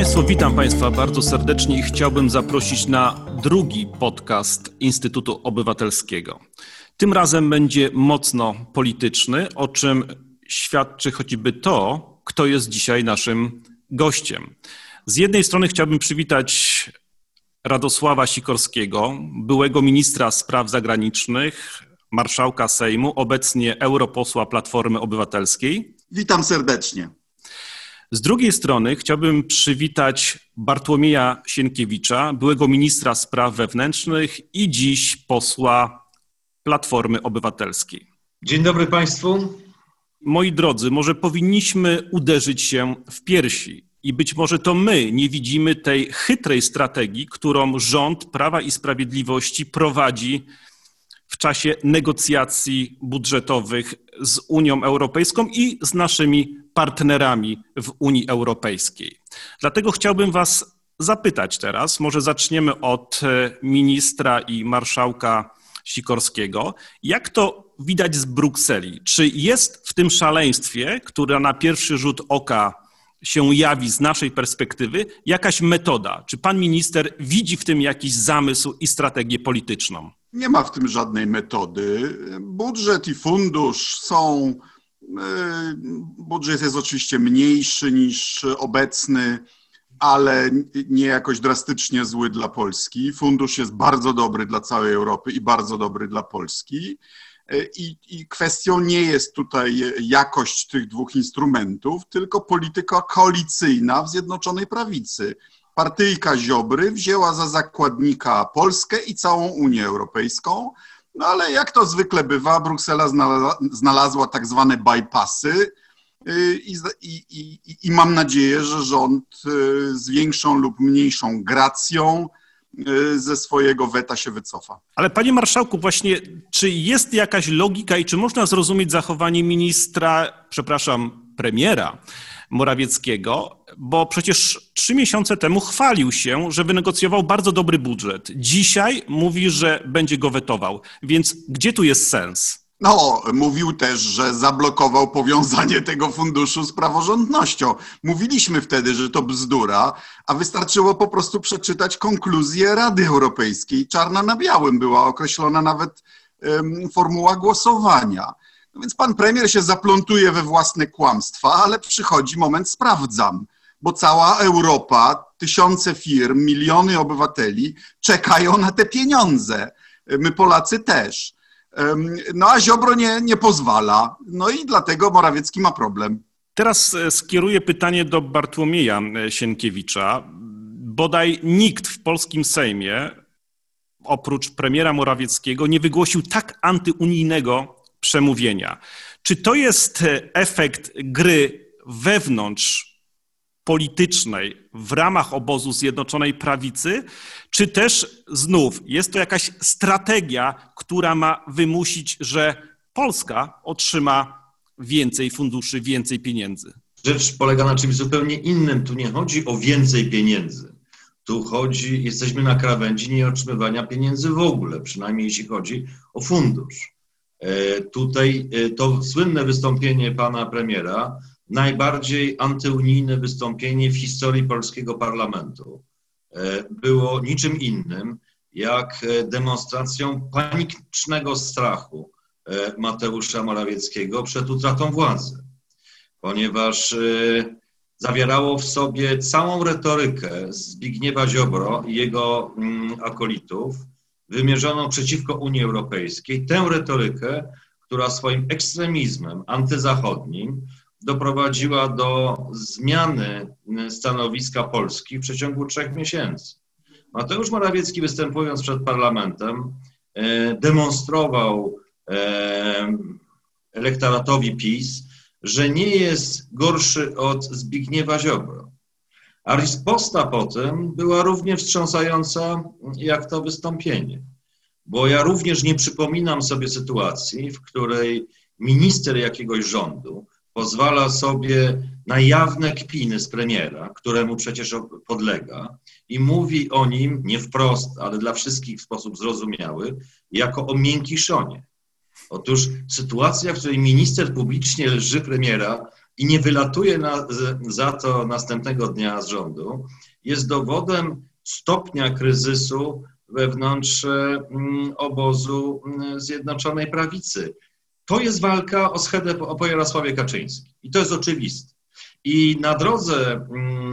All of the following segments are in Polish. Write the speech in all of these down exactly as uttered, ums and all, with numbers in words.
Państwo, witam Państwa bardzo serdecznie i chciałbym zaprosić na drugi podcast Instytutu Obywatelskiego. Tym razem będzie mocno polityczny, o czym świadczy choćby to, kto jest dzisiaj naszym gościem. Z jednej strony chciałbym przywitać Radosława Sikorskiego, byłego ministra spraw zagranicznych, marszałka Sejmu, obecnie europosła Platformy Obywatelskiej. Witam serdecznie. Z drugiej strony chciałbym przywitać Bartłomieja Sienkiewicza, byłego ministra spraw wewnętrznych i dziś posła Platformy Obywatelskiej. Dzień dobry Państwu. Moi drodzy, może powinniśmy uderzyć się w piersi i być może to my nie widzimy tej chytrej strategii, którą rząd Prawa i Sprawiedliwości prowadzi w czasie negocjacji budżetowych z Unią Europejską i z naszymi partnerami w Unii Europejskiej. Dlatego chciałbym Was zapytać teraz, może zaczniemy od ministra i marszałka Sikorskiego, jak to widać z Brukseli? Czy jest w tym szaleństwie, które na pierwszy rzut oka się jawi z naszej perspektywy, jakaś metoda? Czy pan minister widzi w tym jakiś zamysł i strategię polityczną? Nie ma w tym żadnej metody. Budżet i fundusz są... Budżet jest oczywiście mniejszy niż obecny, ale nie jakoś drastycznie zły dla Polski. Fundusz jest bardzo dobry dla całej Europy i bardzo dobry dla Polski. I, i kwestią nie jest tutaj jakość tych dwóch instrumentów, tylko polityka koalicyjna w Zjednoczonej Prawicy. Partyjka Ziobry wzięła za zakładnika Polskę i całą Unię Europejską, no ale jak to zwykle bywa, Bruksela znalazła, znalazła tak zwane bypassy i, i, i, i mam nadzieję, że rząd z większą lub mniejszą gracją ze swojego weta się wycofa. Ale panie marszałku, właśnie czy jest jakaś logika i czy można zrozumieć zachowanie ministra, przepraszam, premiera Morawieckiego, bo przecież trzy miesiące temu chwalił się, że wynegocjował bardzo dobry budżet. Dzisiaj mówi, że będzie go wetował. Więc gdzie tu jest sens? No, mówił też, że zablokował powiązanie tego funduszu z praworządnością. Mówiliśmy wtedy, że to bzdura, a wystarczyło po prostu przeczytać konkluzję Rady Europejskiej. Czarna na białym była określona nawet um, formuła głosowania. No więc pan premier się zaplątuje we własne kłamstwa, ale przychodzi moment sprawdzam, bo cała Europa, tysiące firm, miliony obywateli czekają na te pieniądze. My Polacy też. No a Ziobro nie, nie pozwala. No i dlatego Morawiecki ma problem. Teraz skieruję pytanie do Bartłomieja Sienkiewicza. Bodaj nikt w polskim Sejmie, oprócz premiera Morawieckiego, nie wygłosił tak antyunijnego przemówienia. Czy to jest efekt gry wewnątrz politycznej w ramach obozu Zjednoczonej Prawicy, czy też znów jest to jakaś strategia, która ma wymusić, że Polska otrzyma więcej funduszy, więcej pieniędzy? Rzecz polega na czymś zupełnie innym. Tu nie chodzi o więcej pieniędzy. Tu chodzi, jesteśmy na krawędzi nieotrzymywania pieniędzy w ogóle, przynajmniej jeśli chodzi o fundusz. E, tutaj e, to słynne wystąpienie pana premiera, najbardziej antyunijne wystąpienie w historii polskiego parlamentu, było niczym innym jak demonstracją panicznego strachu Mateusza Morawieckiego przed utratą władzy, ponieważ zawierało w sobie całą retorykę Zbigniewa Ziobro i jego akolitów wymierzoną przeciwko Unii Europejskiej, tę retorykę, która swoim ekstremizmem antyzachodnim doprowadziła do zmiany stanowiska Polski w przeciągu trzech miesięcy. Mateusz Morawiecki, występując przed parlamentem, demonstrował elektoratowi PiS, że nie jest gorszy od Zbigniewa Ziobro. A riposta po tym była równie wstrząsająca jak to wystąpienie. Bo ja również nie przypominam sobie sytuacji, w której minister jakiegoś rządu pozwala sobie na jawne kpiny z premiera, któremu przecież podlega i mówi o nim nie wprost, ale dla wszystkich w sposób zrozumiały, jako o miękkiszonie. Otóż sytuacja, w której minister publicznie lży premiera, i nie wylatuje na, za to następnego dnia z rządu, jest dowodem stopnia kryzysu wewnątrz obozu Zjednoczonej Prawicy. To jest walka o schedę po Jarosławie Kaczyńskim i to jest oczywiste. I na drodze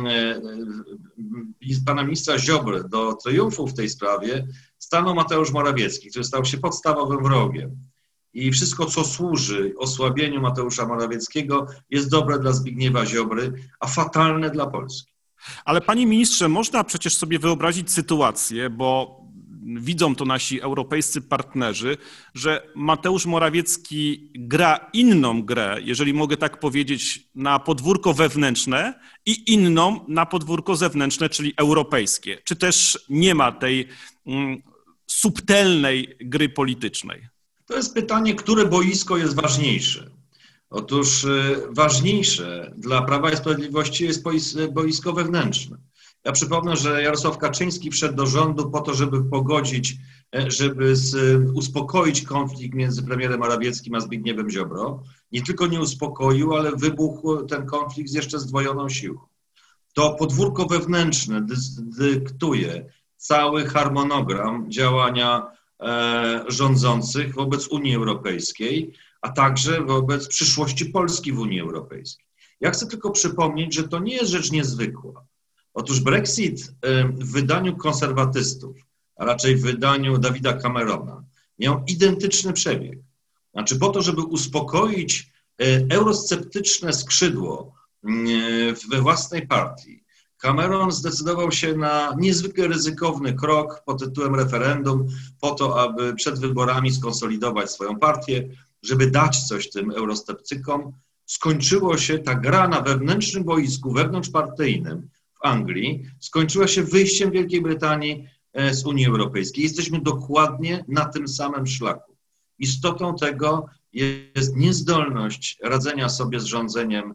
pana ministra Ziobry do triumfu w tej sprawie stanął Mateusz Morawiecki, który stał się podstawowym wrogiem. I wszystko, co służy osłabieniu Mateusza Morawieckiego, jest dobre dla Zbigniewa Ziobry, a fatalne dla Polski. Ale panie ministrze, można przecież sobie wyobrazić sytuację, bo widzą to nasi europejscy partnerzy, że Mateusz Morawiecki gra inną grę, jeżeli mogę tak powiedzieć, na podwórko wewnętrzne i inną na podwórko zewnętrzne, czyli europejskie. Czy też nie ma tej mm, subtelnej gry politycznej? To jest pytanie, które boisko jest ważniejsze. Otóż ważniejsze dla Prawa i Sprawiedliwości jest boisko wewnętrzne. Ja przypomnę, że Jarosław Kaczyński wszedł do rządu po to, żeby pogodzić, żeby uspokoić konflikt między premierem Morawieckim a Zbigniewem Ziobro. Nie tylko nie uspokoił, ale wybuchł ten konflikt z jeszcze zdwojoną siłą. To podwórko wewnętrzne dyktuje cały harmonogram działania rządzących wobec Unii Europejskiej, a także wobec przyszłości Polski w Unii Europejskiej. Ja chcę tylko przypomnieć, że to nie jest rzecz niezwykła. Otóż Brexit w wydaniu konserwatystów, a raczej w wydaniu Davida Camerona, miał identyczny przebieg. Znaczy po to, żeby uspokoić eurosceptyczne skrzydło we własnej partii, Cameron zdecydował się na niezwykle ryzykowny krok pod tytułem referendum po to, aby przed wyborami skonsolidować swoją partię, żeby dać coś tym eurosceptykom. Skończyło się ta gra na wewnętrznym boisku, wewnątrzpartyjnym w Anglii, skończyła się wyjściem Wielkiej Brytanii z Unii Europejskiej. Jesteśmy dokładnie na tym samym szlaku. Istotą tego jest niezdolność radzenia sobie z rządzeniem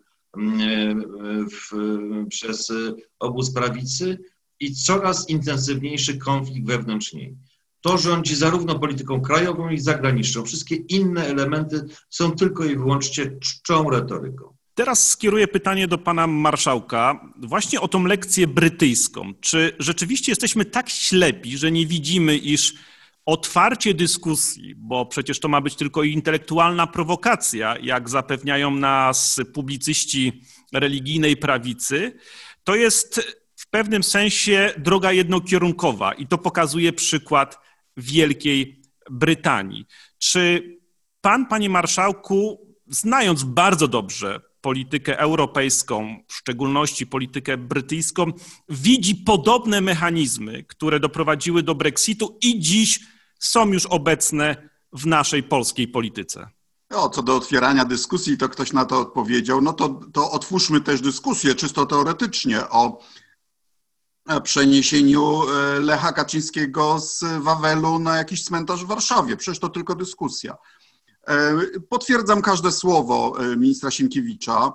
W, przez obóz prawicy i coraz intensywniejszy konflikt wewnątrz niej. To rządzi zarówno polityką krajową, jak i zagraniczną. Wszystkie inne elementy są tylko i wyłącznie czczą retoryką. Teraz skieruję pytanie do pana marszałka właśnie o tą lekcję brytyjską. Czy rzeczywiście jesteśmy tak ślepi, że nie widzimy, iż otwarcie dyskusji, bo przecież to ma być tylko intelektualna prowokacja, jak zapewniają nas publicyści religijnej prawicy, to jest w pewnym sensie droga jednokierunkowa i to pokazuje przykład Wielkiej Brytanii. Czy pan, panie marszałku, znając bardzo dobrze politykę europejską, w szczególności politykę brytyjską, widzi podobne mechanizmy, które doprowadziły do Brexitu i dziś są już obecne w naszej polskiej polityce? No, co do otwierania dyskusji, to ktoś na to odpowiedział, no to, to otwórzmy też dyskusję czysto teoretycznie o przeniesieniu Lecha Kaczyńskiego z Wawelu na jakiś cmentarz w Warszawie. Przecież to tylko dyskusja. Potwierdzam każde słowo ministra Sienkiewicza.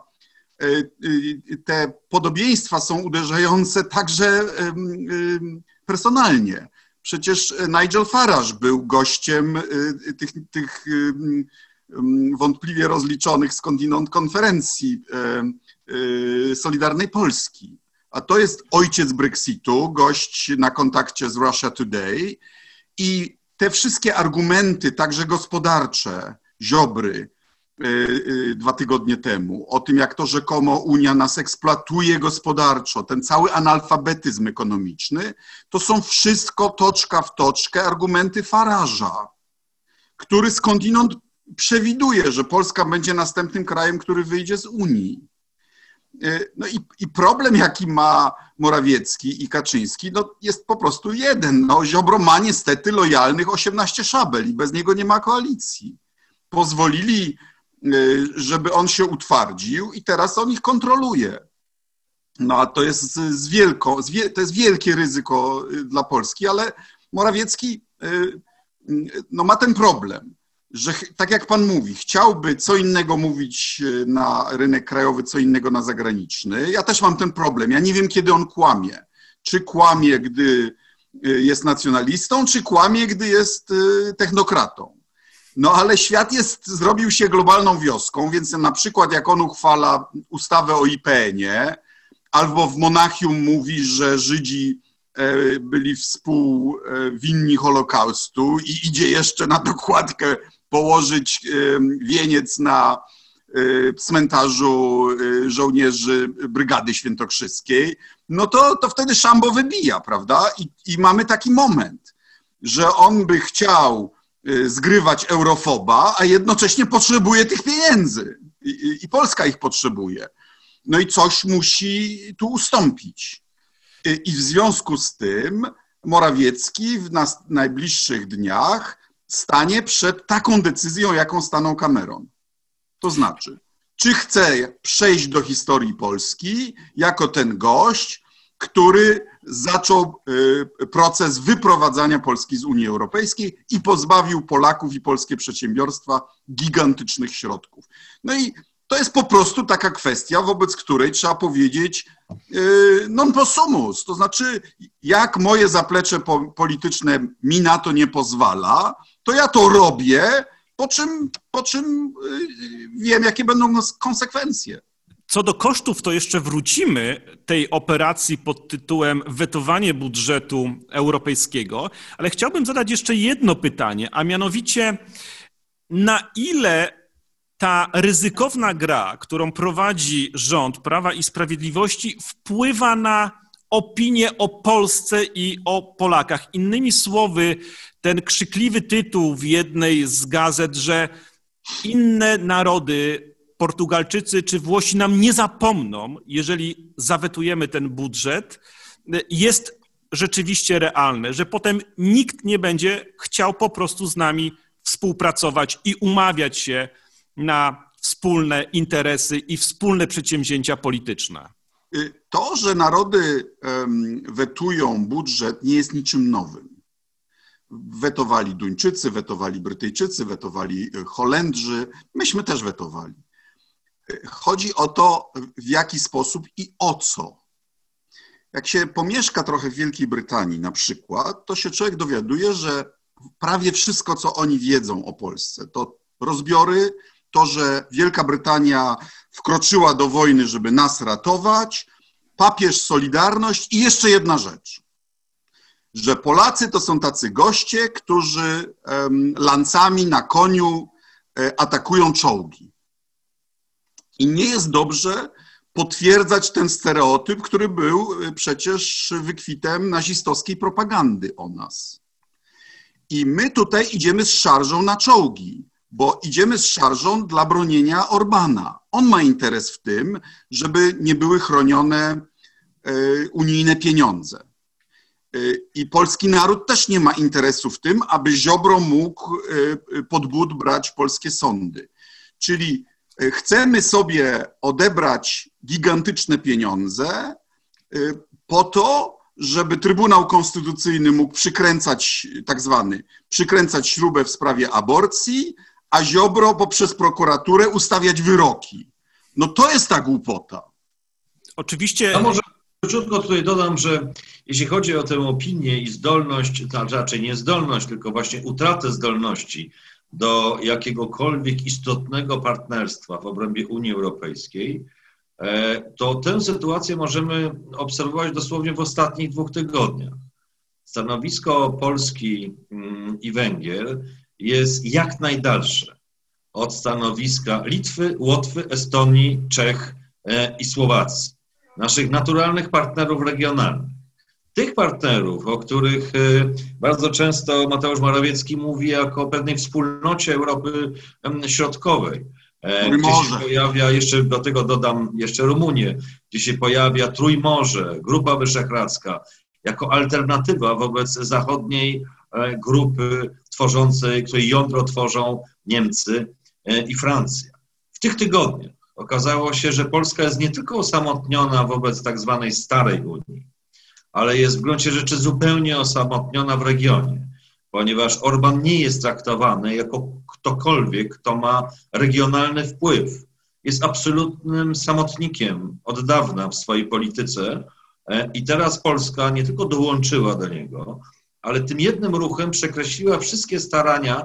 Te podobieństwa są uderzające także personalnie. Przecież Nigel Farage był gościem tych, tych wątpliwie rozliczonych skądinąd konferencji Solidarnej Polski. A to jest ojciec Brexitu, gość na kontakcie z Russia Today i te wszystkie argumenty, także gospodarcze, Ziobry dwa tygodnie temu, o tym, jak to rzekomo Unia nas eksploatuje gospodarczo, ten cały analfabetyzm ekonomiczny, to są wszystko toczka w toczkę argumenty Farage'a, który skądinąd przewiduje, że Polska będzie następnym krajem, który wyjdzie z Unii. No i, i problem, jaki ma Morawiecki i Kaczyński, no jest po prostu jeden. No, Ziobro ma niestety lojalnych osiemnaście szabel i bez niego nie ma koalicji. Pozwolili, żeby on się utwardził i teraz on ich kontroluje. No a to jest, z wielko, to jest wielkie ryzyko dla Polski, ale Morawiecki no, ma ten problem, że tak jak pan mówi, chciałby co innego mówić na rynek krajowy, co innego na zagraniczny. Ja też mam ten problem. Ja nie wiem, kiedy on kłamie. Czy kłamie, gdy jest nacjonalistą, czy kłamie, gdy jest technokratą. No ale świat jest, zrobił się globalną wioską, więc na przykład jak on uchwala ustawę o I P N ie, albo w Monachium mówi, że Żydzi byli współwinni Holokaustu i idzie jeszcze na dokładkę położyć wieniec na cmentarzu żołnierzy Brygady Świętokrzyskiej, no to, to wtedy szambo wybija, prawda? I, i mamy taki moment, że on by chciał zgrywać eurofoba, a jednocześnie potrzebuje tych pieniędzy i, i Polska ich potrzebuje. No i coś musi tu ustąpić. I, i w związku z tym Morawiecki w nas, najbliższych dniach stanie przed taką decyzją, jaką stanął Cameron. To znaczy, czy chce przejść do historii Polski jako ten gość, który zaczął proces wyprowadzania Polski z Unii Europejskiej i pozbawił Polaków i polskie przedsiębiorstwa gigantycznych środków. No i to jest po prostu taka kwestia, wobec której trzeba powiedzieć non possumus, to znaczy jak moje zaplecze polityczne mi na to nie pozwala, to ja to robię, po czym, po czym wiem, jakie będą konsekwencje. Co do kosztów, to jeszcze wrócimy tej operacji pod tytułem wetowanie budżetu europejskiego, ale chciałbym zadać jeszcze jedno pytanie, a mianowicie na ile ta ryzykowna gra, którą prowadzi rząd Prawa i Sprawiedliwości, wpływa na opinię o Polsce i o Polakach. Innymi słowy, ten krzykliwy tytuł w jednej z gazet, że inne narody, Portugalczycy czy Włosi nam nie zapomną, jeżeli zawetujemy ten budżet, jest rzeczywiście realne, że potem nikt nie będzie chciał po prostu z nami współpracować i umawiać się na wspólne interesy i wspólne przedsięwzięcia polityczne. To, że narody wetują budżet, nie jest niczym nowym. Wetowali Duńczycy, wetowali Brytyjczycy, wetowali Holendrzy, myśmy też wetowali. Chodzi o to, w jaki sposób i o co. Jak się pomieszka trochę w Wielkiej Brytanii na przykład, to się człowiek dowiaduje, że prawie wszystko, co oni wiedzą o Polsce, to rozbiory, to, że Wielka Brytania wkroczyła do wojny, żeby nas ratować, papież, Solidarność i jeszcze jedna rzecz, że Polacy to są tacy goście, którzy um, lancami na koniu e, atakują czołgi. I nie jest dobrze potwierdzać ten stereotyp, który był przecież wykwitem nazistowskiej propagandy o nas. I my tutaj idziemy z szarżą na czołgi, bo idziemy z szarżą dla bronienia Orbana. On ma interes w tym, żeby nie były chronione unijne pieniądze. I polski naród też nie ma interesu w tym, aby Ziobro mógł pod but brać polskie sądy. Czyli chcemy sobie odebrać gigantyczne pieniądze po to, żeby Trybunał Konstytucyjny mógł przykręcać, tak zwany, przykręcać śrubę w sprawie aborcji, a Ziobro poprzez prokuraturę ustawiać wyroki. No to jest ta głupota. Oczywiście... Ja może króciutko tutaj dodam, że jeśli chodzi o tę opinię i zdolność, to raczej nie zdolność, tylko właśnie utratę zdolności do jakiegokolwiek istotnego partnerstwa w obrębie Unii Europejskiej, to tę sytuację możemy obserwować dosłownie w ostatnich dwóch tygodniach. Stanowisko Polski i Węgier jest jak najdalsze od stanowiska Litwy, Łotwy, Estonii, Czech i Słowacji, naszych naturalnych partnerów regionalnych. Tych partnerów, o których bardzo często Mateusz Morawiecki mówi jako o pewnej wspólnocie Europy Środkowej, gdzie się pojawia, jeszcze do tego dodam jeszcze Rumunię, gdzie się pojawia Trójmorze, Grupa Wyszehradzka, jako alternatywa wobec zachodniej grupy tworzącej, której jądro tworzą Niemcy i Francja. W tych tygodniach okazało się, że Polska jest nie tylko osamotniona wobec tak zwanej starej Unii, ale jest w gruncie rzeczy zupełnie osamotniona w regionie, ponieważ Orban nie jest traktowany jako ktokolwiek, kto ma regionalny wpływ. Jest absolutnym samotnikiem od dawna w swojej polityce i teraz Polska nie tylko dołączyła do niego, ale tym jednym ruchem przekreśliła wszystkie starania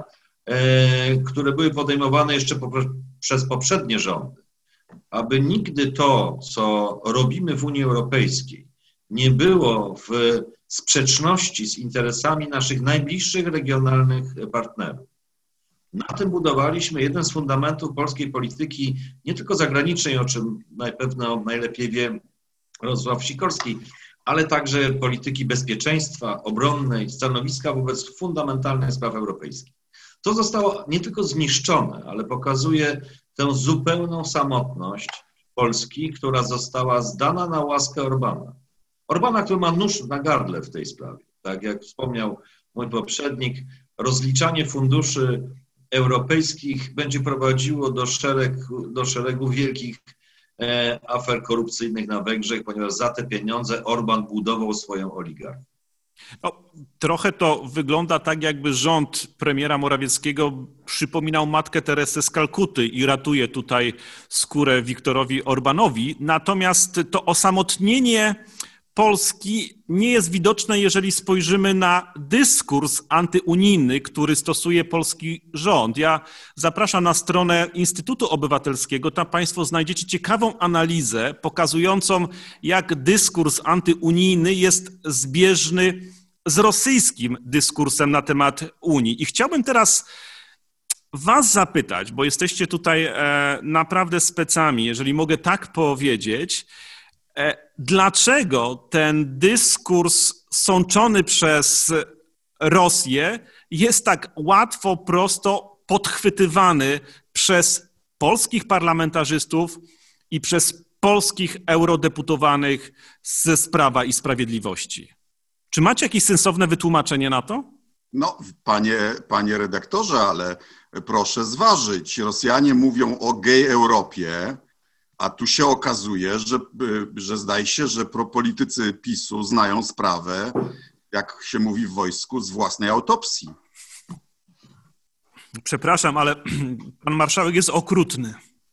które były podejmowane jeszcze przez poprzednie rządy, aby nigdy to, co robimy w Unii Europejskiej, nie było w sprzeczności z interesami naszych najbliższych regionalnych partnerów. Na tym budowaliśmy jeden z fundamentów polskiej polityki, nie tylko zagranicznej, o czym na pewno najlepiej wie Radosław Sikorski, ale także polityki bezpieczeństwa, obronnej, stanowiska wobec fundamentalnych spraw europejskich. To zostało nie tylko zniszczone, ale pokazuje tę zupełną samotność Polski, która została zdana na łaskę Orbana. Orbana, który ma nóż na gardle w tej sprawie. Tak jak wspomniał mój poprzednik, rozliczanie funduszy europejskich będzie prowadziło do, szereg, do szeregu wielkich e, afer korupcyjnych na Węgrzech, ponieważ za te pieniądze Orban budował swoją oligarchię. No, trochę to wygląda tak, jakby rząd premiera Morawieckiego przypominał matkę Teresę z Kalkuty i ratuje tutaj skórę Viktorowi Orbanowi. Natomiast to osamotnienie Polski nie jest widoczne, jeżeli spojrzymy na dyskurs antyunijny, który stosuje polski rząd. Ja zapraszam na stronę Instytutu Obywatelskiego. Tam Państwo znajdziecie ciekawą analizę pokazującą, jak dyskurs antyunijny jest zbieżny z rosyjskim dyskursem na temat Unii. I chciałbym teraz Was zapytać, bo jesteście tutaj naprawdę specami, jeżeli mogę tak powiedzieć, dlaczego ten dyskurs sączony przez Rosję jest tak łatwo, prosto podchwytywany przez polskich parlamentarzystów i przez polskich eurodeputowanych z Prawa i Sprawiedliwości? Czy macie jakieś sensowne wytłumaczenie na to? No, panie, panie redaktorze, ale proszę zważyć. Rosjanie mówią o gej Europie, a tu się okazuje, że, że zdaje się, że politycy PiSu znają sprawę, jak się mówi w wojsku, z własnej autopsji. Przepraszam, ale pan marszałek jest okrutny.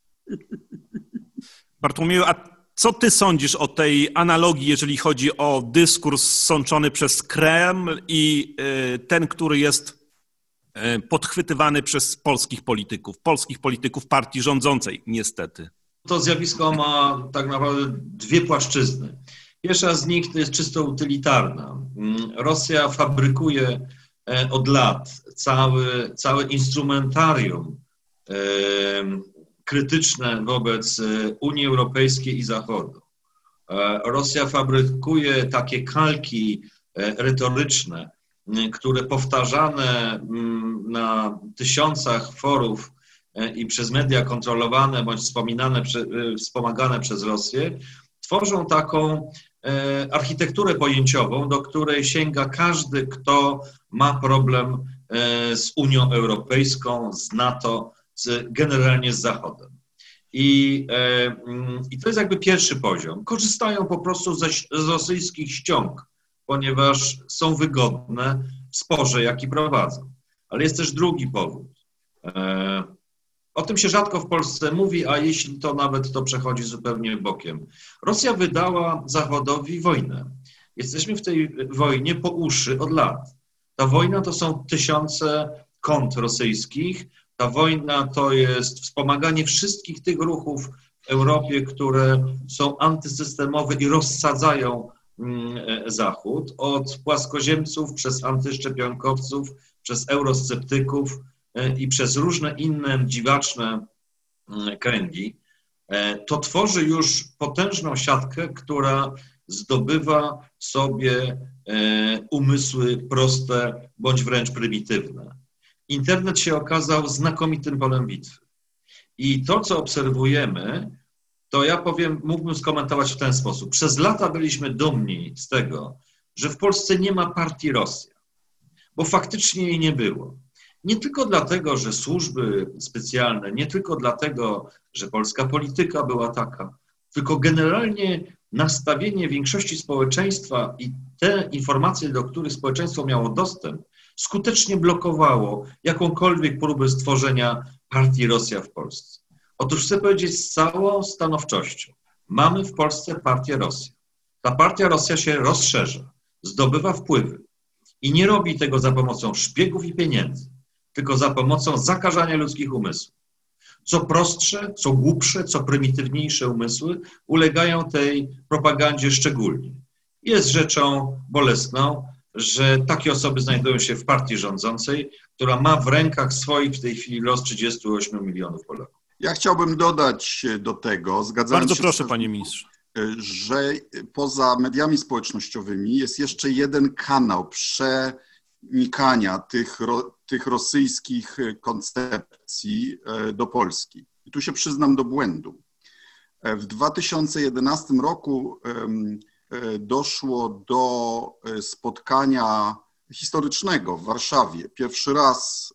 Bartłomieju, a co ty sądzisz o tej analogii, jeżeli chodzi o dyskurs sączony przez Kreml i ten, który jest podchwytywany przez polskich polityków, polskich polityków partii rządzącej, niestety? To zjawisko ma tak naprawdę dwie płaszczyzny. Pierwsza z nich to jest czysto utylitarna. Rosja fabrykuje od lat cały, całe instrumentarium krytyczne wobec Unii Europejskiej i Zachodu. Rosja fabrykuje takie kalki retoryczne, które powtarzane na tysiącach forów i przez media kontrolowane bądź wspominane, wspomagane przez Rosję, tworzą taką architekturę pojęciową, do której sięga każdy, kto ma problem z Unią Europejską, z NATO, z, generalnie z Zachodem. I, I to jest jakby pierwszy poziom. Korzystają po prostu ze, z rosyjskich ściąg, ponieważ są wygodne w sporze, jaki prowadzą. Ale jest też drugi powód. O tym się rzadko w Polsce mówi, a jeśli to nawet, to przechodzi zupełnie bokiem. Rosja wydała Zachodowi wojnę. Jesteśmy w tej wojnie po uszy od lat. Ta wojna to są tysiące kont rosyjskich. Ta wojna to jest wspomaganie wszystkich tych ruchów w Europie, które są antysystemowe i rozsadzają Zachód. Od płaskoziemców, przez antyszczepionkowców, przez eurosceptyków i przez różne inne dziwaczne kręgi. To tworzy już potężną siatkę, która zdobywa sobie umysły proste bądź wręcz prymitywne. Internet się okazał znakomitym polem bitwy. I to, co obserwujemy, to ja powiem, mógłbym skomentować w ten sposób. Przez lata byliśmy dumni z tego, że w Polsce nie ma partii Rosja, bo faktycznie jej nie było. Nie tylko dlatego, że służby specjalne, nie tylko dlatego, że polska polityka była taka, tylko generalnie nastawienie większości społeczeństwa i te informacje, do których społeczeństwo miało dostęp, skutecznie blokowało jakąkolwiek próbę stworzenia partii Rosja w Polsce. Otóż chcę powiedzieć z całą stanowczością, mamy w Polsce partię Rosja. Ta partia Rosja się rozszerza, zdobywa wpływy i nie robi tego za pomocą szpiegów i pieniędzy, tylko za pomocą zakażania ludzkich umysłów. Co prostsze, co głupsze, co prymitywniejsze umysły ulegają tej propagandzie szczególnie. Jest rzeczą bolesną, że takie osoby znajdują się w partii rządzącej, która ma w rękach swoich w tej chwili los trzydziestu ośmiu milionów Polaków. Ja chciałbym dodać do tego, zgadzam Bardzo się proszę, z, panie ministrze, że poza mediami społecznościowymi jest jeszcze jeden kanał przenikania tych, tych rosyjskich koncepcji do Polski. I tu się przyznam do błędu. W dwa tysiące jedenastym roku doszło do spotkania historycznego w Warszawie. Pierwszy raz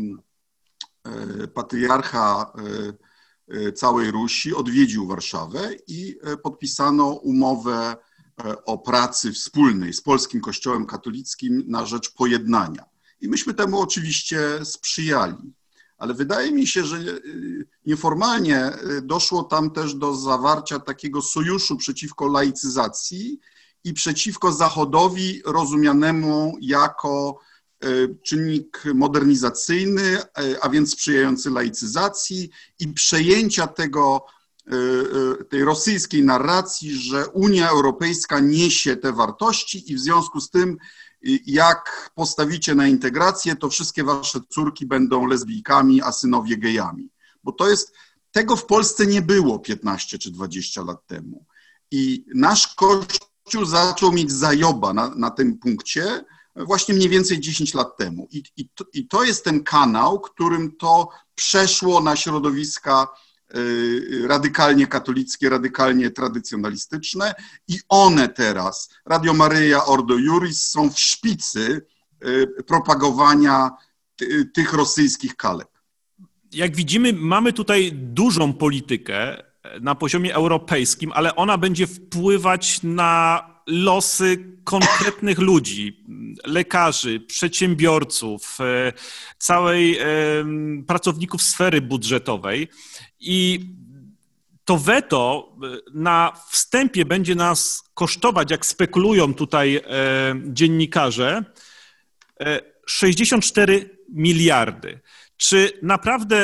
patriarcha całej Rusi odwiedził Warszawę i podpisano umowę o pracy wspólnej z polskim Kościołem katolickim na rzecz pojednania. I myśmy temu oczywiście sprzyjali. Ale wydaje mi się, że nieformalnie doszło tam też do zawarcia takiego sojuszu przeciwko laicyzacji i przeciwko Zachodowi rozumianemu jako czynnik modernizacyjny, a więc sprzyjający laicyzacji i przejęcia tego, tej rosyjskiej narracji, że Unia Europejska niesie te wartości i w związku z tym, jak postawicie na integrację, to wszystkie wasze córki będą lesbijkami, a synowie gejami. Bo to jest, tego w Polsce nie było piętnaście czy dwadzieścia lat temu. I nasz Kościół zaczął mieć zajoba na, na tym punkcie właśnie mniej więcej dziesięć lat temu. I, i, to, I to jest ten kanał, którym to przeszło na środowiska radykalnie katolickie, radykalnie tradycjonalistyczne i one teraz, Radio Maryja, Ordo Iuris, są w szpicy propagowania tych rosyjskich kalek. Jak widzimy, mamy tutaj dużą politykę na poziomie europejskim, ale ona będzie wpływać na losy konkretnych ludzi, lekarzy, przedsiębiorców, całej pracowników sfery budżetowej. I to weto na wstępie będzie nas kosztować, jak spekulują tutaj dziennikarze, sześćdziesiąt cztery miliardy. Czy naprawdę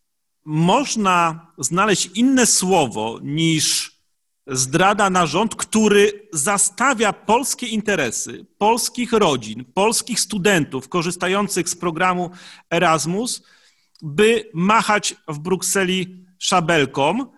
można znaleźć inne słowo niż zdrada na rząd, który zastawia polskie interesy, polskich rodzin, polskich studentów korzystających z programu Erasmus, by machać w Brukseli szabelką,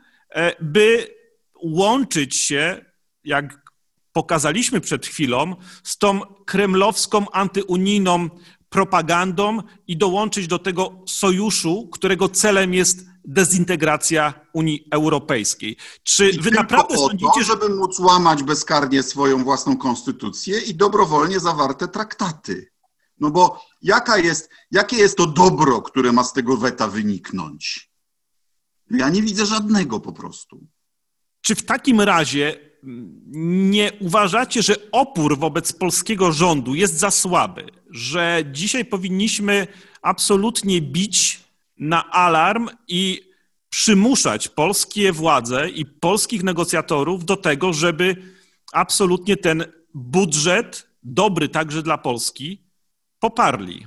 by łączyć się, jak pokazaliśmy przed chwilą, z tą kremlowską, antyunijną propagandą i dołączyć do tego sojuszu, którego celem jest dezintegracja Unii Europejskiej. Czy I wy naprawdę po sądzicie, to, żeby móc łamać bezkarnie swoją własną konstytucję i dobrowolnie zawarte traktaty? No bo jaka jest, jakie jest to dobro, które ma z tego weta wyniknąć? Ja nie widzę żadnego po prostu. Czy w takim razie nie uważacie, że opór wobec polskiego rządu jest za słaby, że dzisiaj powinniśmy absolutnie bić na alarm i przymuszać polskie władze i polskich negocjatorów do tego, żeby absolutnie ten budżet, dobry także dla Polski, poparli?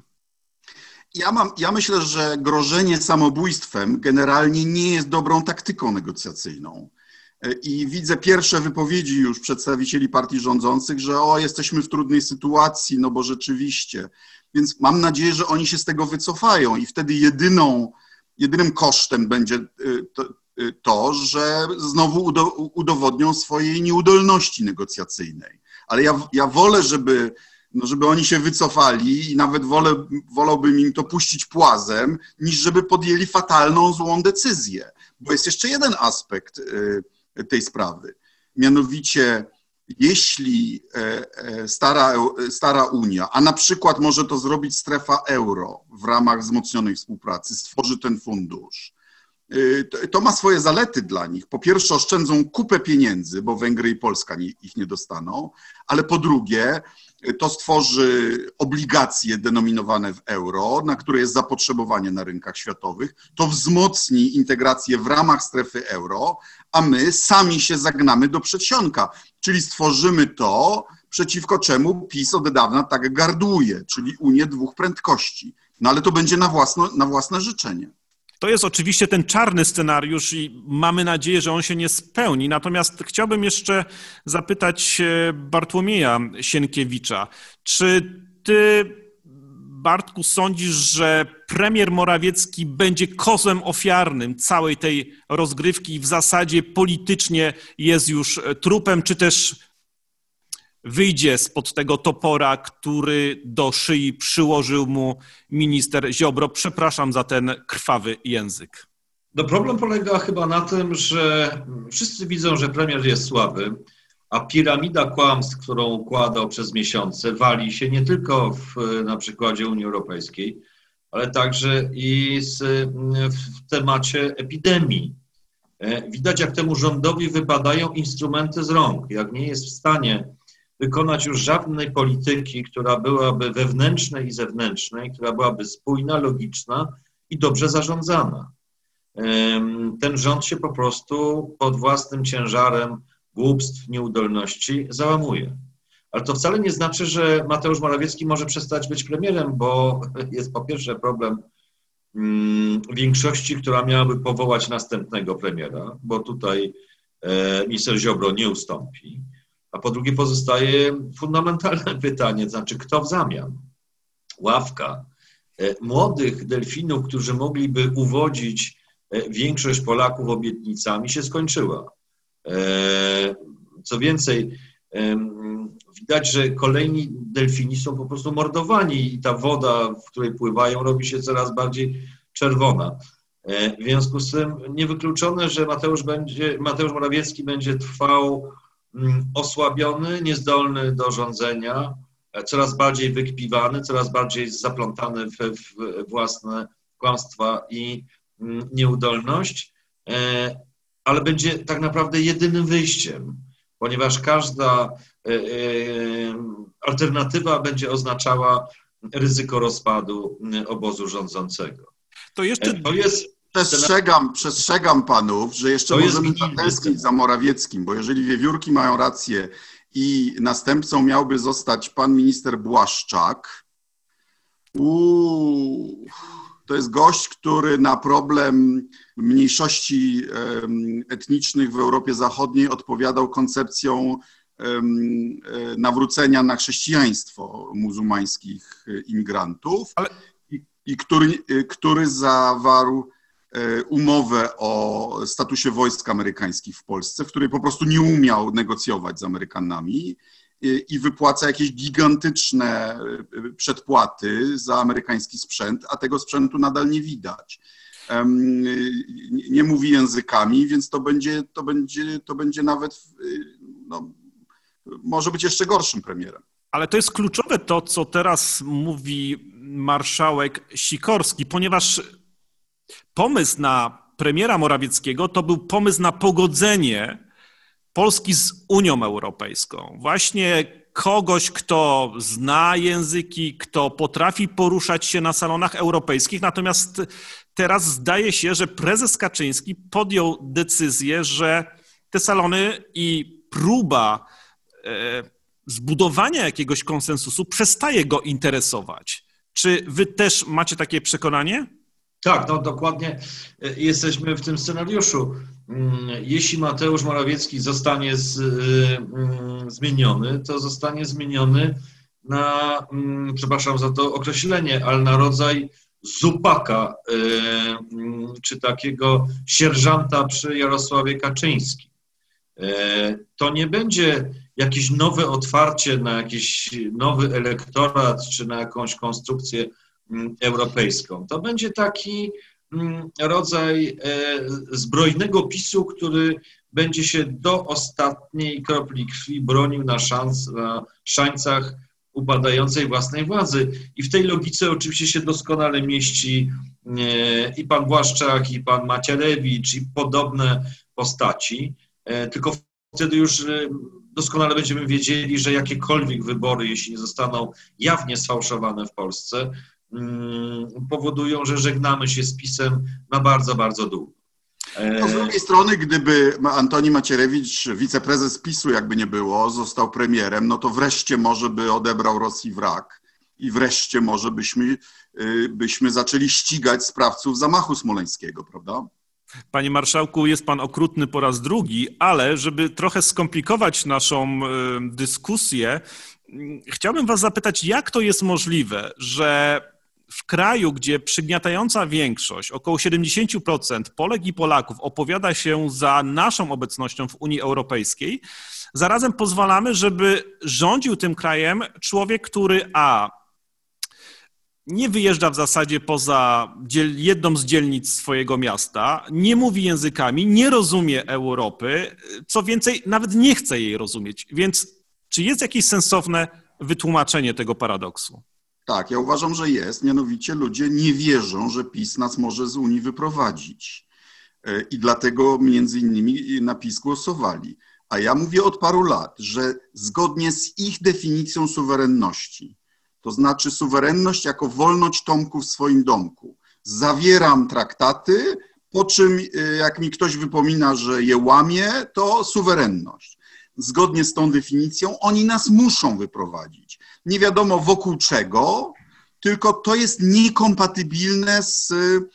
Ja, mam, ja myślę, że grożenie samobójstwem generalnie nie jest dobrą taktyką negocjacyjną. I widzę pierwsze wypowiedzi już przedstawicieli partii rządzących, że o, jesteśmy w trudnej sytuacji, no bo rzeczywiście. Więc mam nadzieję, że oni się z tego wycofają i wtedy jedyną, jedynym kosztem będzie to, to że znowu udowodnią swojej nieudolności negocjacyjnej. Ale ja, ja wolę, żeby, no żeby oni się wycofali i nawet wolę, wolałbym im to puścić płazem, niż żeby podjęli fatalną, złą decyzję. Bo jest jeszcze jeden aspekt tej sprawy. Mianowicie, jeśli stara, stara Unia, a na przykład może to zrobić strefa euro w ramach wzmocnionej współpracy, stworzy ten fundusz, to ma swoje zalety dla nich. Po pierwsze, oszczędzą kupę pieniędzy, bo Węgry i Polska nie, ich nie dostaną, ale po drugie, to stworzy obligacje denominowane w euro, na które jest zapotrzebowanie na rynkach światowych. To wzmocni integrację w ramach strefy euro, a my sami się zagnamy do przedsionka, czyli stworzymy to, przeciwko czemu PiS od dawna tak gardłuje, czyli Unię dwóch prędkości. No ale to będzie na, własno, na własne życzenie. To jest oczywiście ten czarny scenariusz i mamy nadzieję, że on się nie spełni. Natomiast chciałbym jeszcze zapytać Bartłomieja Sienkiewicza, czy ty, Bartku, sądzisz, że premier Morawiecki będzie kozłem ofiarnym całej tej rozgrywki i w zasadzie politycznie jest już trupem, czy też wyjdzie spod tego topora, który do szyi przyłożył mu minister Ziobro? Przepraszam za ten krwawy język. No problem polega chyba na tym, że wszyscy widzą, że premier jest słaby, a piramida kłamstw, którą układał przez miesiące, wali się nie tylko w, na przykładzie Unii Europejskiej, ale także i z, w temacie epidemii. Widać, jak temu rządowi wypadają instrumenty z rąk, jak nie jest w stanie wykonać już żadnej polityki, która byłaby wewnętrznej i zewnętrznej, która byłaby spójna, logiczna i dobrze zarządzana. Ten rząd się po prostu pod własnym ciężarem głupstw, nieudolności załamuje. Ale to wcale nie znaczy, że Mateusz Morawiecki może przestać być premierem, bo jest po pierwsze problem większości, która miałaby powołać następnego premiera, bo tutaj minister Ziobro nie ustąpi. A po drugie pozostaje fundamentalne pytanie, to znaczy kto w zamian? Ławka młodych delfinów, którzy mogliby uwodzić większość Polaków obietnicami, się skończyła. Co więcej, widać, że kolejni delfini są po prostu mordowani i ta woda, w której pływają, robi się coraz bardziej czerwona. W związku z tym niewykluczone, że Mateusz, będzie, Mateusz Morawiecki będzie trwał osłabiony, niezdolny do rządzenia, coraz bardziej wykpiwany, coraz bardziej zaplątany w, w własne kłamstwa i nieudolność, ale będzie tak naprawdę jedynym wyjściem, ponieważ każda alternatywa będzie oznaczała ryzyko rozpadu obozu rządzącego. To jeszcze... To jest... Przestrzegam, przestrzegam panów, że jeszcze możemy zatęsknić za Morawieckim, bo jeżeli wiewiórki mają rację i następcą miałby zostać pan minister Błaszczak, uu, to jest gość, który na problem mniejszości etnicznych w Europie Zachodniej odpowiadał koncepcją nawrócenia na chrześcijaństwo muzułmańskich imigrantów. Ale... i, i który, który zawarł umowę o statusie wojsk amerykańskich w Polsce, w której po prostu nie umiał negocjować z Amerykanami i wypłaca jakieś gigantyczne przedpłaty za amerykański sprzęt, a tego sprzętu nadal nie widać. Nie mówi językami, więc to będzie, to będzie, to będzie nawet, no, może być jeszcze gorszym premierem. Ale to jest kluczowe to, co teraz mówi marszałek Sikorski, ponieważ pomysł na premiera Morawieckiego to był pomysł na pogodzenie Polski z Unią Europejską. Właśnie kogoś, kto zna języki, kto potrafi poruszać się na salonach europejskich. Natomiast teraz zdaje się, że prezes Kaczyński podjął decyzję, że te salony i próba e, zbudowania jakiegoś konsensusu przestaje go interesować. Czy wy też macie takie przekonanie? Tak, no dokładnie jesteśmy w tym scenariuszu. Jeśli Mateusz Morawiecki zostanie z, y, zmieniony, to zostanie zmieniony na, y, przepraszam za to określenie, ale na rodzaj zupaka, y, y, czy takiego sierżanta przy Jarosławie Kaczyńskim. Y, to nie będzie jakieś nowe otwarcie na jakiś nowy elektorat, czy na jakąś konstrukcję europejską. To będzie taki rodzaj zbrojnego PiSu, który będzie się do ostatniej kropli krwi bronił na, szans, na szańcach upadającej własnej władzy. I w tej logice oczywiście się doskonale mieści i pan Błaszczak, i pan Macierewicz, i podobne postaci, tylko wtedy już doskonale będziemy wiedzieli, że jakiekolwiek wybory, jeśli nie zostaną jawnie sfałszowane w Polsce, powodują, że żegnamy się z PiS-em na bardzo, bardzo długo. No, z drugiej strony, gdyby Antoni Macierewicz, wiceprezes PiS-u, jakby nie było, został premierem, no to wreszcie może by odebrał Rosji wrak i wreszcie może byśmy, byśmy zaczęli ścigać sprawców zamachu smoleńskiego, prawda? Panie marszałku, jest pan okrutny po raz drugi, ale żeby trochę skomplikować naszą dyskusję, chciałbym was zapytać, jak to jest możliwe, że w kraju, gdzie przygniatająca większość, około siedemdziesiąt procent Polek i Polaków opowiada się za naszą obecnością w Unii Europejskiej, zarazem pozwalamy, żeby rządził tym krajem człowiek, który a. nie wyjeżdża w zasadzie poza dziel- jedną z dzielnic swojego miasta, nie mówi językami, nie rozumie Europy, co więcej, nawet nie chce jej rozumieć. Więc czy jest jakieś sensowne wytłumaczenie tego paradoksu? Tak, ja uważam, że jest. Mianowicie ludzie nie wierzą, że PiS nas może z Unii wyprowadzić. I dlatego między innymi na PiS głosowali. A ja mówię od paru lat, że zgodnie z ich definicją suwerenności, to znaczy suwerenność jako wolność Tomku w swoim domku, zawieram traktaty, po czym jak mi ktoś wypomina, że je łamie, to suwerenność. Zgodnie z tą definicją oni nas muszą wyprowadzić. Nie wiadomo wokół czego, tylko to jest niekompatybilne z,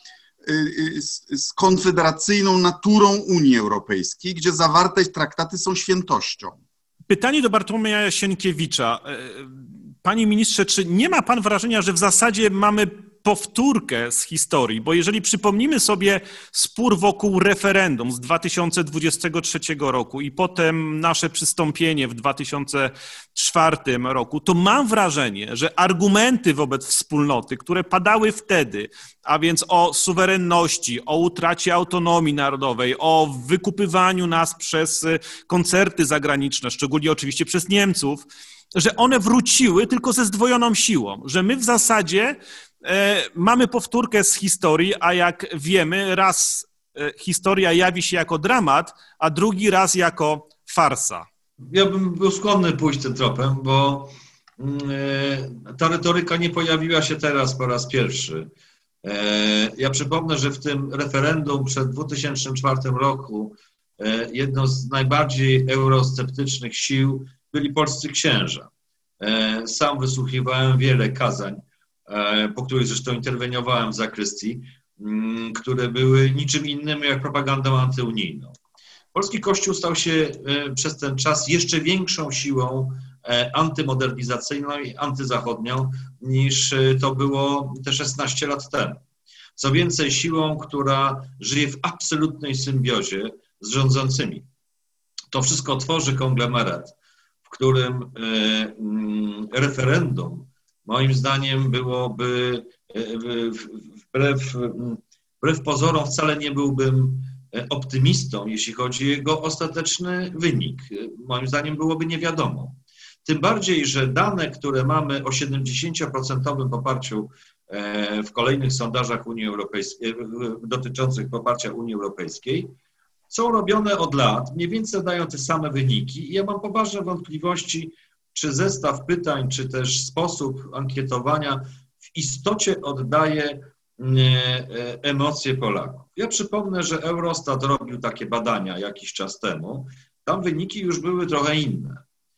z, z konfederacyjną naturą Unii Europejskiej, gdzie zawarte traktaty są świętością. Pytanie do Bartłomieja Sienkiewicza. Panie ministrze, czy nie ma pan wrażenia, że w zasadzie mamy powtórkę z historii? Bo jeżeli przypomnimy sobie spór wokół referendum z dwa tysiące dwudziestego trzeciego roku i potem nasze przystąpienie w dwa tysiące czwartym roku, to mam wrażenie, że argumenty wobec wspólnoty, które padały wtedy, a więc o suwerenności, o utracie autonomii narodowej, o wykupywaniu nas przez koncerty zagraniczne, szczególnie oczywiście przez Niemców, że one wróciły tylko ze zdwojoną siłą, że my w zasadzie e, mamy powtórkę z historii, a jak wiemy, raz e, historia jawi się jako dramat, a drugi raz jako farsa. Ja bym był skłonny pójść tym tropem, bo e, ta retoryka nie pojawiła się teraz po raz pierwszy. E, ja przypomnę, że w tym referendum przed dwa tysiące czwartym roku e, jedną z najbardziej eurosceptycznych sił byli polscy księża. Sam wysłuchiwałem wiele kazań, po których zresztą interweniowałem w zakrystii, które były niczym innym jak propagandą antyunijną. Polski Kościół stał się przez ten czas jeszcze większą siłą antymodernizacyjną i antyzachodnią niż to było te szesnaście lat temu. Co więcej, siłą, która żyje w absolutnej symbiozie z rządzącymi. To wszystko tworzy konglomerat, w którym referendum, moim zdaniem, byłoby wbrew, wbrew pozorom wcale nie byłbym optymistą, jeśli chodzi o jego ostateczny wynik. Moim zdaniem byłoby niewiadomą. Tym bardziej, że dane, które mamy o siedemdziesięcioprocentowym poparciu w kolejnych sondażach Unii Europejskiej, dotyczących poparcia Unii Europejskiej, są robione od lat, mniej więcej dają te same wyniki i ja mam poważne wątpliwości, czy zestaw pytań, czy też sposób ankietowania w istocie oddaje emocje Polaków. Ja przypomnę, że Eurostat robił takie badania jakiś czas temu. Tam wyniki już były trochę inne.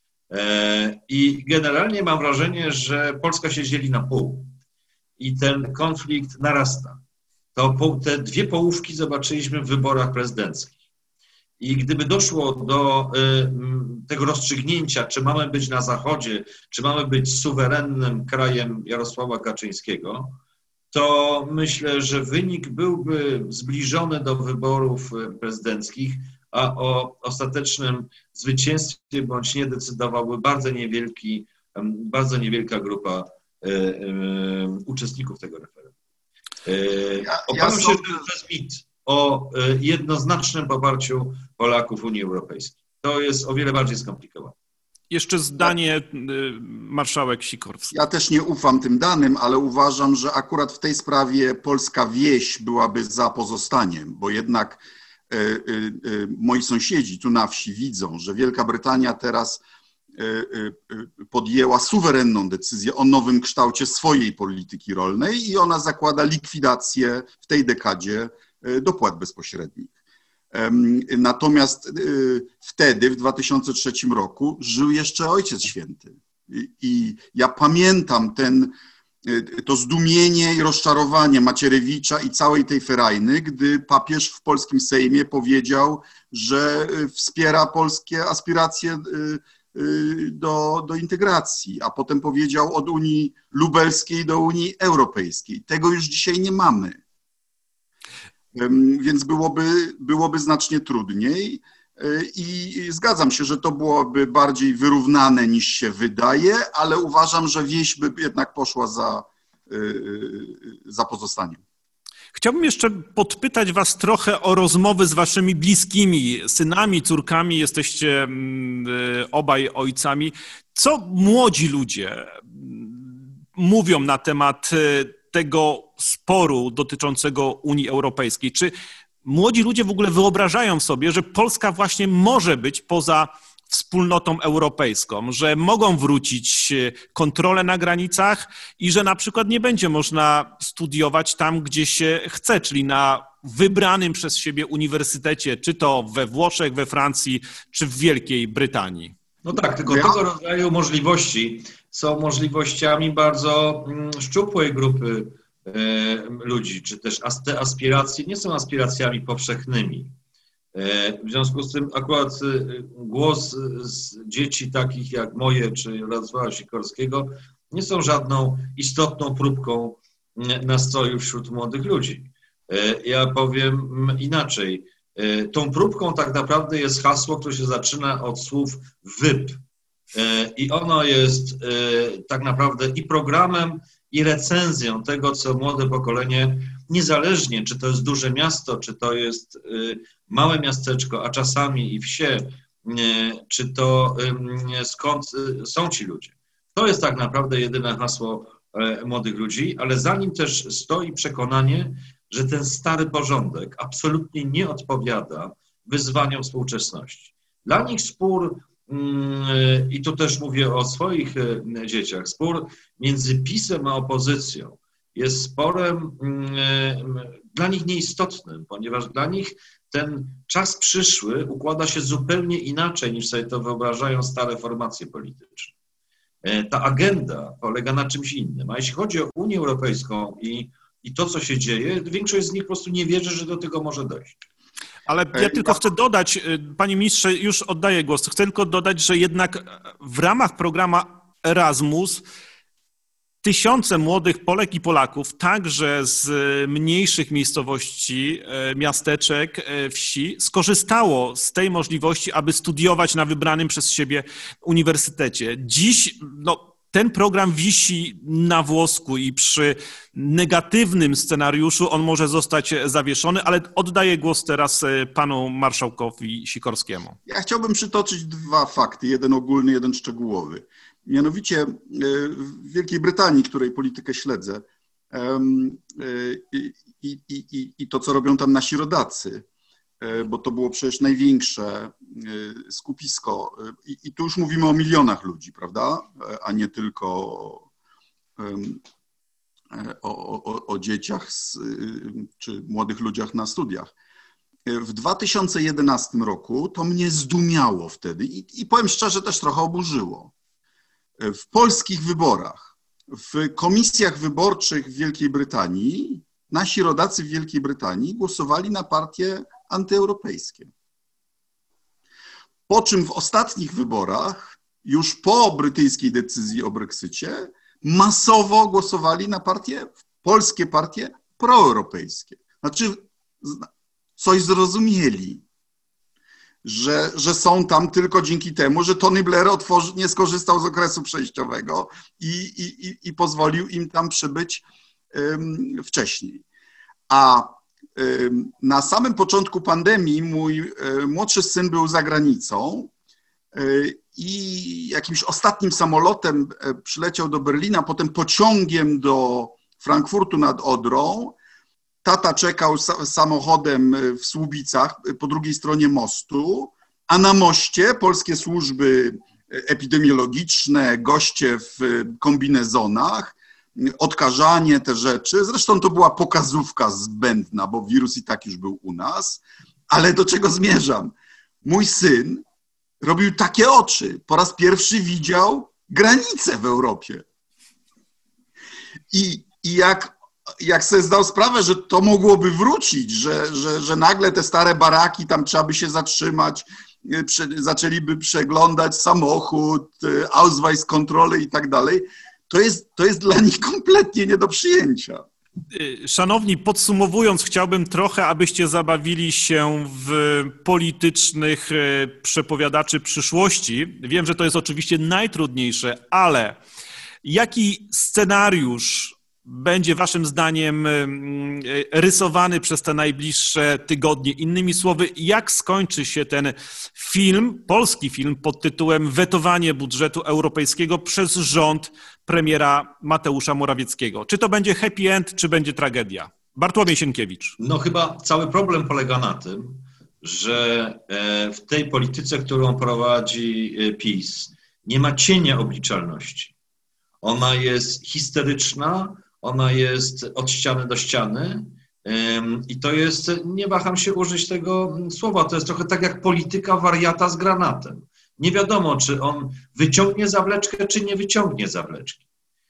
I generalnie mam wrażenie, że Polska się dzieli na pół i ten konflikt narasta. To te dwie połówki zobaczyliśmy w wyborach prezydenckich. I gdyby doszło do y, tego rozstrzygnięcia, czy mamy być na Zachodzie, czy mamy być suwerennym krajem Jarosława Kaczyńskiego, to myślę, że wynik byłby zbliżony do wyborów prezydenckich, a o ostatecznym zwycięstwie bądź nie decydowałby bardzo niewielki, bardzo niewielka grupa y, y, uczestników tego referendum. Y, ja, Obawiam ja się, że to jest mit o jednoznacznym poparciu Polaków w Unii Europejskiej. To jest o wiele bardziej skomplikowane. Jeszcze zdanie marszałek Sikorski. Ja też nie ufam tym danym, ale uważam, że akurat w tej sprawie polska wieś byłaby za pozostaniem, bo jednak y, y, y, moi sąsiedzi tu na wsi widzą, że Wielka Brytania teraz y, y, podjęła suwerenną decyzję o nowym kształcie swojej polityki rolnej i ona zakłada likwidację w tej dekadzie dopłat bezpośrednich. Natomiast wtedy, w dwa tysiące trzecim roku, żył jeszcze Ojciec Święty. I ja pamiętam ten, to zdumienie i rozczarowanie Macierewicza i całej tej ferajny, gdy papież w polskim Sejmie powiedział, że wspiera polskie aspiracje do, do integracji, a potem powiedział od Unii Lubelskiej do Unii Europejskiej. Tego już dzisiaj nie mamy. Więc byłoby, byłoby znacznie trudniej. I zgadzam się, że to byłoby bardziej wyrównane niż się wydaje, ale uważam, że wieś by jednak poszła za, za pozostaniem. Chciałbym jeszcze podpytać was trochę o rozmowy z waszymi bliskimi, synami, córkami, jesteście obaj ojcami. Co młodzi ludzie mówią na temat tego sporu dotyczącego Unii Europejskiej? Czy młodzi ludzie w ogóle wyobrażają sobie, że Polska właśnie może być poza wspólnotą europejską, że mogą wrócić kontrole na granicach i że na przykład nie będzie można studiować tam, gdzie się chce, czyli na wybranym przez siebie uniwersytecie, czy to we Włoszech, we Francji, czy w Wielkiej Brytanii? No tak, tylko ja... tego rodzaju możliwości są możliwościami bardzo szczupłej grupy ludzi, czy też te aspiracje nie są aspiracjami powszechnymi. W związku z tym akurat głos z dzieci takich jak moje, czy Radosława Sikorskiego nie są żadną istotną próbką nastroju wśród młodych ludzi. Ja powiem inaczej. Tą próbką tak naprawdę jest hasło, które się zaczyna od słów wy p. I ono jest tak naprawdę i programem, i recenzją tego, co młode pokolenie, niezależnie czy to jest duże miasto, czy to jest małe miasteczko, a czasami i wsie, czy to skąd są ci ludzie. To jest tak naprawdę jedyne hasło młodych ludzi, ale za nim też stoi przekonanie, że ten stary porządek absolutnie nie odpowiada wyzwaniom współczesności. Dla nich spór, i tu też mówię o swoich dzieciach, spór między PiS-em a opozycją jest sporem dla nich nieistotnym, ponieważ dla nich ten czas przyszły układa się zupełnie inaczej, niż sobie to wyobrażają stare formacje polityczne. Ta agenda polega na czymś innym, a jeśli chodzi o Unię Europejską i, i to, co się dzieje, większość z nich po prostu nie wierzy, że do tego może dojść. Ale ja tylko chcę dodać, panie ministrze, już oddaję głos, chcę tylko dodać, że jednak w ramach programu Erasmus tysiące młodych Polek i Polaków, także z mniejszych miejscowości, miasteczek, wsi, skorzystało z tej możliwości, aby studiować na wybranym przez siebie uniwersytecie. Dziś no, ten program wisi na włosku i przy negatywnym scenariuszu on może zostać zawieszony, ale oddaję głos teraz panu marszałkowi Sikorskiemu. Ja chciałbym przytoczyć dwa fakty, jeden ogólny, jeden szczegółowy. Mianowicie w Wielkiej Brytanii, której politykę śledzę, i, i, i, i to, co robią tam nasi rodacy, bo to było przecież największe skupisko. I, i tu już mówimy o milionach ludzi, prawda? A nie tylko o, o, o, o dzieciach z, czy młodych ludziach na studiach. W dwa tysiące jedenastym roku to mnie zdumiało wtedy i, i powiem szczerze, też trochę oburzyło. W polskich wyborach, w komisjach wyborczych w Wielkiej Brytanii, nasi rodacy w Wielkiej Brytanii głosowali na partie antyeuropejskie. Po czym w ostatnich wyborach, już po brytyjskiej decyzji o Brexicie, masowo głosowali na partie, polskie partie proeuropejskie. Znaczy, coś zrozumieli. Że, że są tam tylko dzięki temu, że Tony Blair otworzy, nie skorzystał z okresu przejściowego i, i, i pozwolił im tam przybyć um, wcześniej. A um, na samym początku pandemii mój um, młodszy syn był za granicą um, i jakimś ostatnim samolotem um, przyleciał do Berlina, potem pociągiem do Frankfurtu nad Odrą. Tata czekał samochodem w Słubicach po drugiej stronie mostu, a na moście polskie służby epidemiologiczne, goście w kombinezonach, odkażanie, te rzeczy. Zresztą to była pokazówka zbędna, bo wirus i tak już był u nas. Ale do czego zmierzam? Mój syn robił takie oczy. Po raz pierwszy widział, granice w Europie. I, i jak, jak sobie zdał sprawę, że to mogłoby wrócić, że, że, że nagle te stare baraki, tam trzeba by się zatrzymać, prze, zaczęliby przeglądać samochód, Ausweis, kontrolę i tak dalej, to jest, to jest dla nich kompletnie nie do przyjęcia. Szanowni, podsumowując, chciałbym trochę, abyście zabawili się w politycznych przepowiadaczy przyszłości. Wiem, że to jest oczywiście najtrudniejsze, ale jaki scenariusz będzie waszym zdaniem rysowany przez te najbliższe tygodnie? Innymi słowy, jak skończy się ten film, polski film pod tytułem Wetowanie budżetu europejskiego przez rząd premiera Mateusza Morawieckiego? Czy to będzie happy end, czy będzie tragedia? Bartłomiej Sienkiewicz. No chyba cały problem polega na tym, że w tej polityce, którą prowadzi PiS, nie ma cienia obliczalności. Ona jest histeryczna, ona jest od ściany do ściany i to jest, nie waham się użyć tego słowa, to jest trochę tak jak polityka wariata z granatem. Nie wiadomo, czy on wyciągnie zawleczkę, czy nie wyciągnie zawleczki.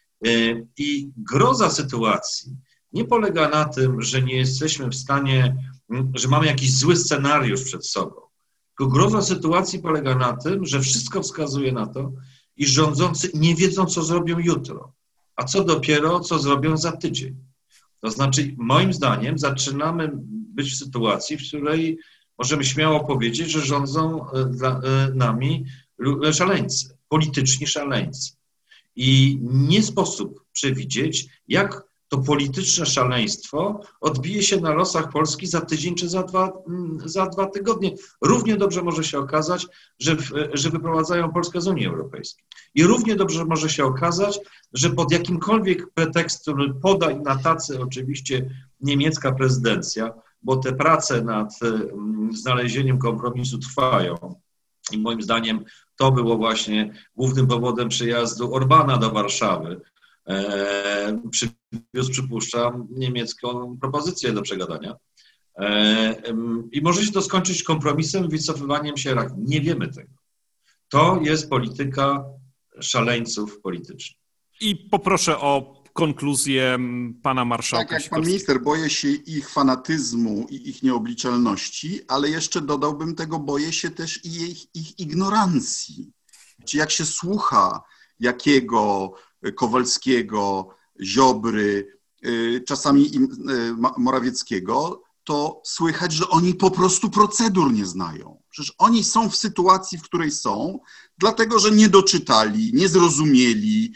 I groza sytuacji nie polega na tym, że nie jesteśmy w stanie, że mamy jakiś zły scenariusz przed sobą. Tylko groza sytuacji polega na tym, że wszystko wskazuje na to, iż rządzący nie wiedzą, co zrobią jutro, a co dopiero, co zrobią za tydzień. To znaczy, moim zdaniem, zaczynamy być w sytuacji, w której możemy śmiało powiedzieć, że rządzą dla, nami szaleńcy, polityczni szaleńcy. I nie sposób przewidzieć, jak to polityczne szaleństwo odbije się na losach Polski za tydzień czy za dwa, za dwa tygodnie. Równie dobrze może się okazać, że, że wyprowadzają Polskę z Unii Europejskiej. I równie dobrze może się okazać, że pod jakimkolwiek pretekstem poda i na tacy oczywiście niemiecka prezydencja, bo te prace nad znalezieniem kompromisu trwają. I moim zdaniem to było właśnie głównym powodem przyjazdu Orbana do Warszawy. E, przywiózł, przypuszczam, niemiecką propozycję do przegadania. E, I może się to skończyć kompromisem, wycofywaniem się rak. Nie wiemy tego. To jest polityka szaleńców politycznych. I poproszę o konkluzję pana marszałka. Tak, jak pan minister, boję się ich fanatyzmu i ich nieobliczalności, ale jeszcze dodałbym tego, boję się też i ich, ich ignorancji. Czy jak się słucha Jakiego, Kowalskiego, Ziobry, czasami Morawieckiego, to słychać, że oni po prostu procedur nie znają. Przecież oni są w sytuacji, w której są, dlatego że nie doczytali, nie zrozumieli,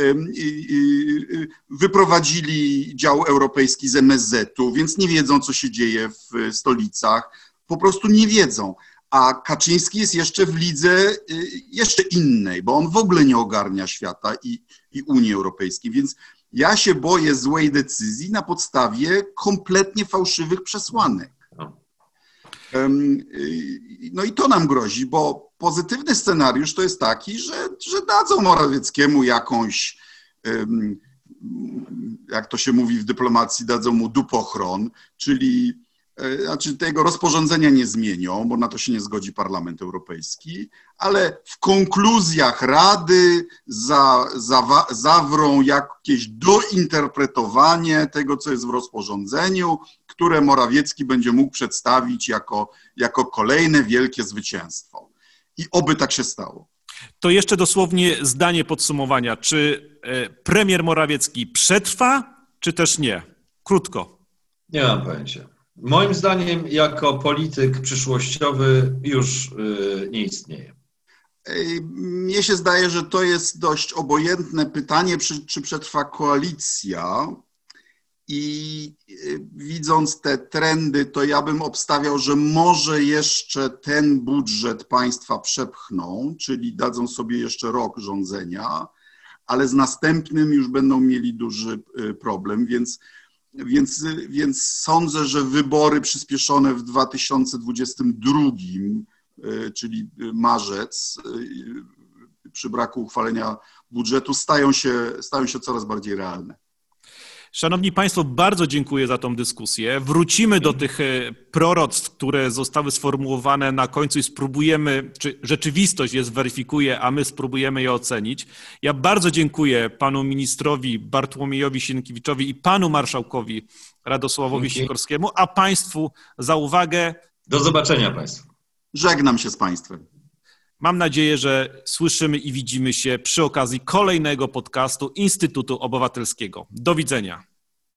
wyprowadzili dział europejski z M S Z-u, więc nie wiedzą, co się dzieje w stolicach, po prostu nie wiedzą. A Kaczyński jest jeszcze w lidze jeszcze innej, bo on w ogóle nie ogarnia świata i, i Unii Europejskiej, więc ja się boję złej decyzji na podstawie kompletnie fałszywych przesłanek. No i to nam grozi, bo pozytywny scenariusz to jest taki, że, że dadzą Morawieckiemu jakąś, jak to się mówi w dyplomacji, dadzą mu dupochron, czyli znaczy tego rozporządzenia nie zmienią, bo na to się nie zgodzi Parlament Europejski, ale w konkluzjach Rady za, za, zawrą jakieś dointerpretowanie tego, co jest w rozporządzeniu, które Morawiecki będzie mógł przedstawić jako, jako kolejne wielkie zwycięstwo. I oby tak się stało. To jeszcze dosłownie zdanie podsumowania. Czy premier Morawiecki przetrwa, czy też nie? Krótko. Nie mam pojęcia. Moim zdaniem jako polityk przyszłościowy już nie istnieje. Mnie się zdaje, że to jest dość obojętne pytanie, czy przetrwa koalicja. I widząc te trendy, to ja bym obstawiał, że może jeszcze ten budżet państwa przepchną, czyli dadzą sobie jeszcze rok rządzenia, ale z następnym już będą mieli duży problem, więc Więc, więc sądzę, że wybory przyspieszone w dwa tysiące dwudziestym drugim, czyli marzec, przy braku uchwalenia budżetu, stają się, stają się coraz bardziej realne. Szanowni Państwo, bardzo dziękuję za tą dyskusję. Wrócimy do tych proroctw, które zostały sformułowane na końcu i spróbujemy, czy rzeczywistość je zweryfikuje, a my spróbujemy je ocenić. Ja bardzo dziękuję panu ministrowi Bartłomiejowi Sienkiewiczowi i panu marszałkowi Radosławowi Dzięki. Sikorskiemu, a państwu za uwagę. Do zobaczenia Państwu. Żegnam się z Państwem. Mam nadzieję, że słyszymy i widzimy się przy okazji kolejnego podcastu Instytutu Obywatelskiego. Do widzenia.